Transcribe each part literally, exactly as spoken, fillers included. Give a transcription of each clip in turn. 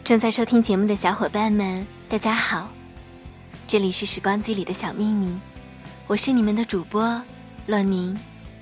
正在收听节目的小伙伴们，大家好，这里是时光机里的小秘密，我是你们的主播洛宁。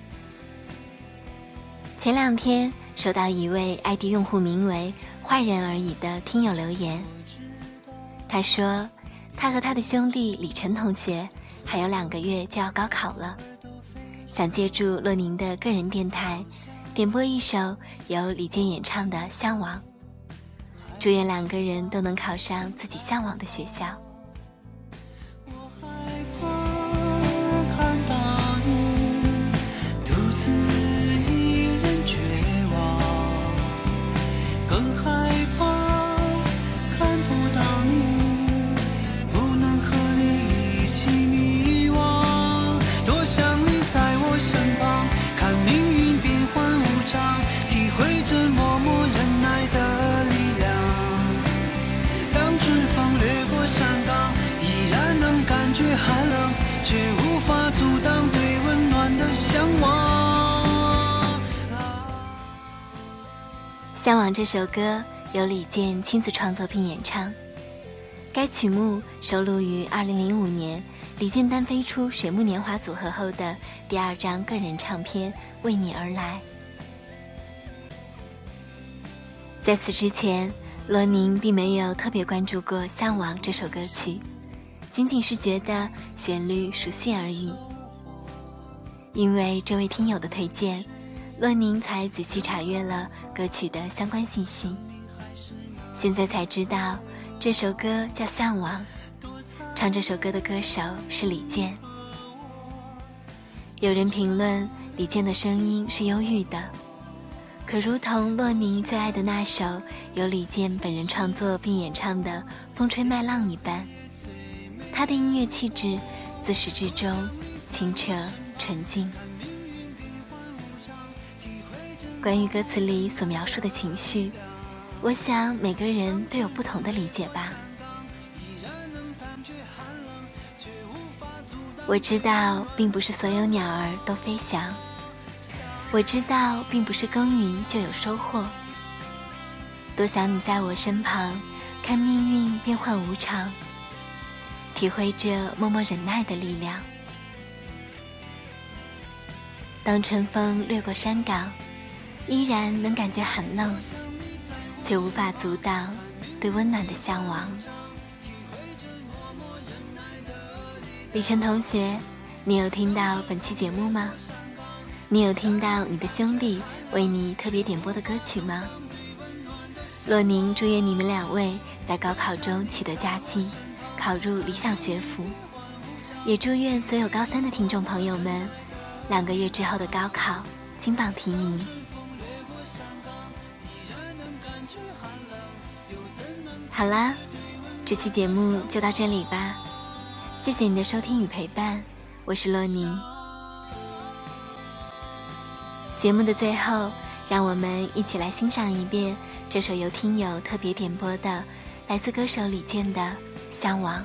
前两天收到一位 I D 用户名为坏人而已的听友留言，他说他和他的兄弟李晨同学还有两个月就要高考了，想借助洛宁的个人电台点播一首由李健演唱的《向往》，祝愿两个人都能考上自己向往的学校。向往这首歌由李健亲自创作并演唱，该曲目收录于二零零五年李健单飞出水木年华组合后的第二张个人唱片《为你而来》。在此之前，罗宁并没有特别关注过《向往》这首歌曲，仅仅是觉得旋律熟悉而已。因为这位听友的推荐，洛宁才仔细查阅了歌曲的相关信息，现在才知道这首歌叫《向往》，唱这首歌的歌手是李健。有人评论李健的声音是忧郁的，可如同洛宁最爱的那首由李健本人创作并演唱的《风吹麦浪》一般，他的音乐气质自始至终清澈纯净。关于歌词里所描述的情绪，我想每个人都有不同的理解吧。我知道并不是所有鸟儿都飞翔，我知道并不是耕耘就有收获，多想你在我身旁，看命运变幻无常，体会着默默忍耐的力量。当春风掠过山岗，依然能感觉寒冷，却无法阻挡对温暖的向往。李晨同学，你有听到本期节目吗？你有听到你的兄弟为你特别点播的歌曲吗？洛宁祝愿你们两位在高考中取得佳绩，考入理想学府，也祝愿所有高三的听众朋友们两个月之后的高考金榜题名。好啦，这期节目就到这里吧，谢谢你的收听与陪伴，我是洛宁。节目的最后，让我们一起来欣赏一遍这首由听友特别点播的来自歌手李健的《向往》。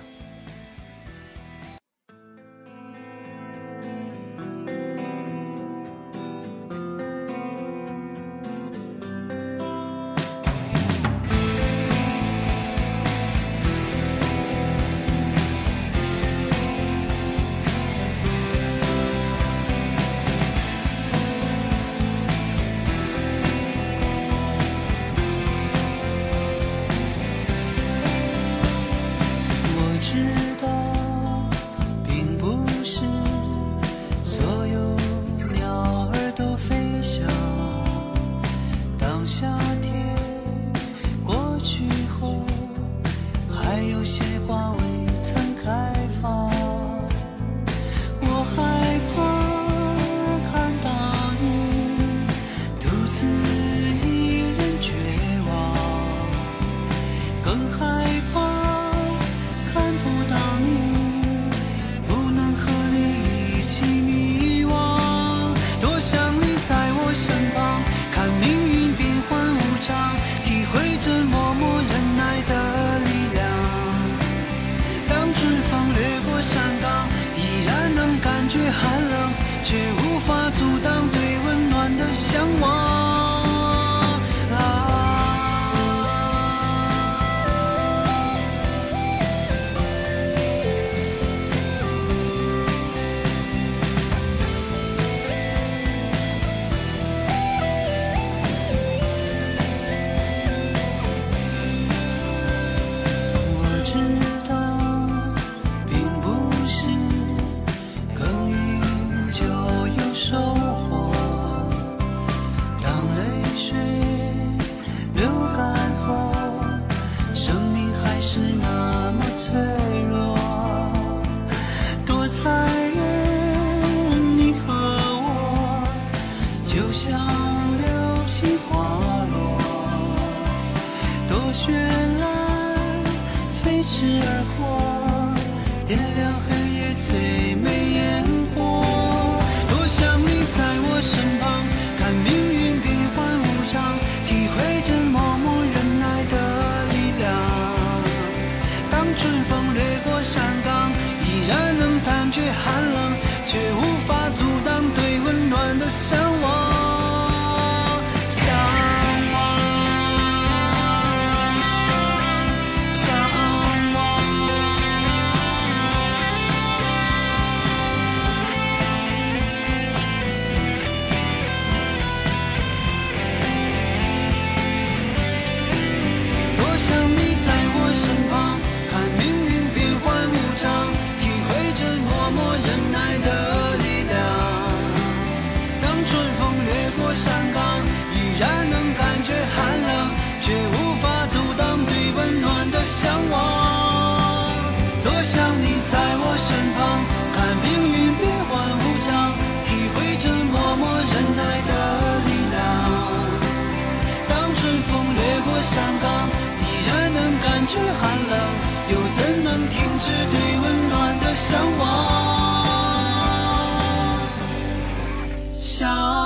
向往啊， 残忍，你和我就像流星滑落，多绚烂，飞驰而过，点亮黑夜最美烟火。多想你在我身旁，看命运变幻无常，体会着默默忍耐的力量。当春风掠过山岗，依然能感觉寒冷，却无法阻挡对温暖的向往。向往，向往。多想你在我身旁，看命运变幻无常，体会着默默忍耐的力量。当春风掠过山岗，依然能感觉寒冷，却无法阻挡对温暖的向往。多想你在我身旁，看命运变幻无常，体会着默默忍耐的力量。当春风掠过山岗，依然能感觉寒冷，又怎能停止对温暖的向往？向